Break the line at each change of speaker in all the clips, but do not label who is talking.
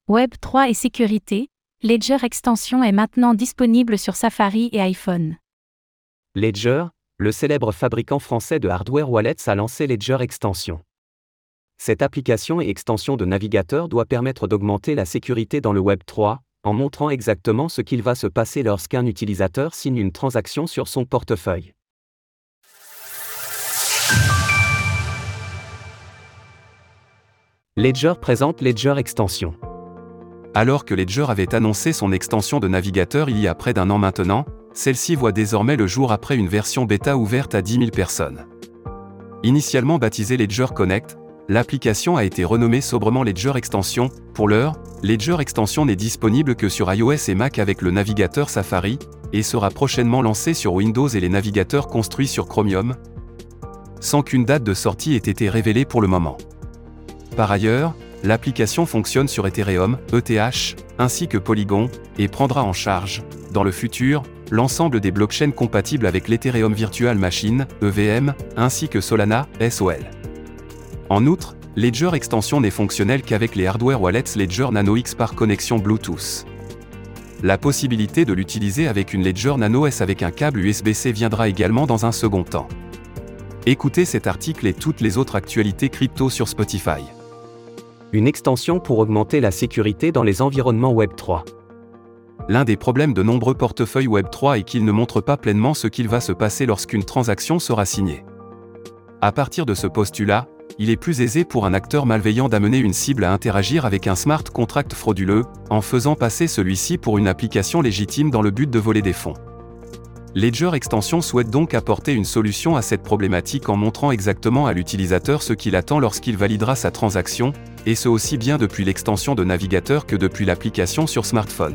Web3 et sécurité, Ledger Extension est maintenant disponible sur Safari et iPhone.
Ledger, le célèbre fabricant français de hardware wallets, a lancé Ledger Extension. Cette application et extension de navigateur doit permettre d'augmenter la sécurité dans le Web3, en montrant exactement ce qu'il va se passer lorsqu'un utilisateur signe une transaction sur son portefeuille. Ledger présente Ledger Extension.
Alors que Ledger avait annoncé son extension de navigateur il y a près d'un an maintenant, celle-ci voit désormais le jour après une version bêta ouverte à 10 000 personnes. Initialement baptisée Ledger Connect, l'application a été renommée sobrement Ledger Extension. Pour l'heure, Ledger Extension n'est disponible que sur iOS et Mac avec le navigateur Safari, et sera prochainement lancée sur Windows et les navigateurs construits sur Chromium, sans qu'une date de sortie ait été révélée pour le moment. Par ailleurs, l'application fonctionne sur Ethereum, ETH, ainsi que Polygon, et prendra en charge, dans le futur, l'ensemble des blockchains compatibles avec l'Ethereum Virtual Machine, EVM, ainsi que Solana, SOL. En outre, Ledger Extension n'est fonctionnel qu'avec les hardware wallets Ledger Nano X par connexion Bluetooth. La possibilité de l'utiliser avec une Ledger Nano S avec un câble USB-C viendra également dans un second temps. Écoutez cet article et toutes les autres actualités crypto sur Spotify.
Une extension pour augmenter la sécurité dans les environnements Web3.
L'un des problèmes de nombreux portefeuilles Web3 est qu'ils ne montrent pas pleinement ce qu'il va se passer lorsqu'une transaction sera signée. À partir de ce postulat, il est plus aisé pour un acteur malveillant d'amener une cible à interagir avec un smart contract frauduleux, en faisant passer celui-ci pour une application légitime dans le but de voler des fonds. Ledger Extension souhaite donc apporter une solution à cette problématique en montrant exactement à l'utilisateur ce qu'il attend lorsqu'il validera sa transaction, et ce aussi bien depuis l'extension de navigateur que depuis l'application sur smartphone.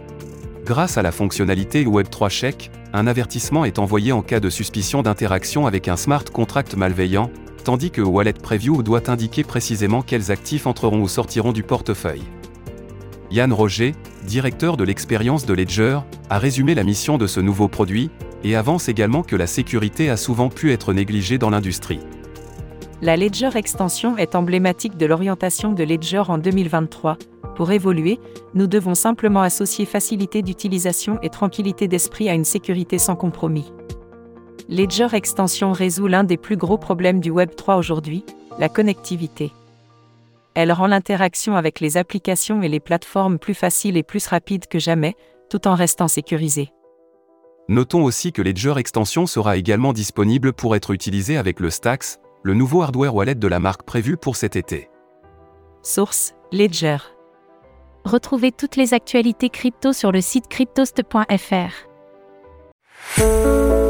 Grâce à la fonctionnalité Web3 Check, un avertissement est envoyé en cas de suspicion d'interaction avec un smart contract malveillant, tandis que Wallet Preview doit indiquer précisément quels actifs entreront ou sortiront du portefeuille. Yann Roger, directeur de l'expérience de Ledger, a résumé la mission de ce nouveau produit, et avance également que la sécurité a souvent pu être négligée dans l'industrie.
La Ledger Extension est emblématique de l'orientation de Ledger en 2023. Pour évoluer, nous devons simplement associer facilité d'utilisation et tranquillité d'esprit à une sécurité sans compromis. Ledger Extension résout l'un des plus gros problèmes du Web3 aujourd'hui, la connectivité. Elle rend l'interaction avec les applications et les plateformes plus facile et plus rapide que jamais, tout en restant sécurisée.
Notons aussi que Ledger Extension sera également disponible pour être utilisé avec le Stax, le nouveau hardware wallet de la marque prévu pour cet été.
Source, Ledger.
Retrouvez toutes les actualités crypto sur le site cryptost.fr.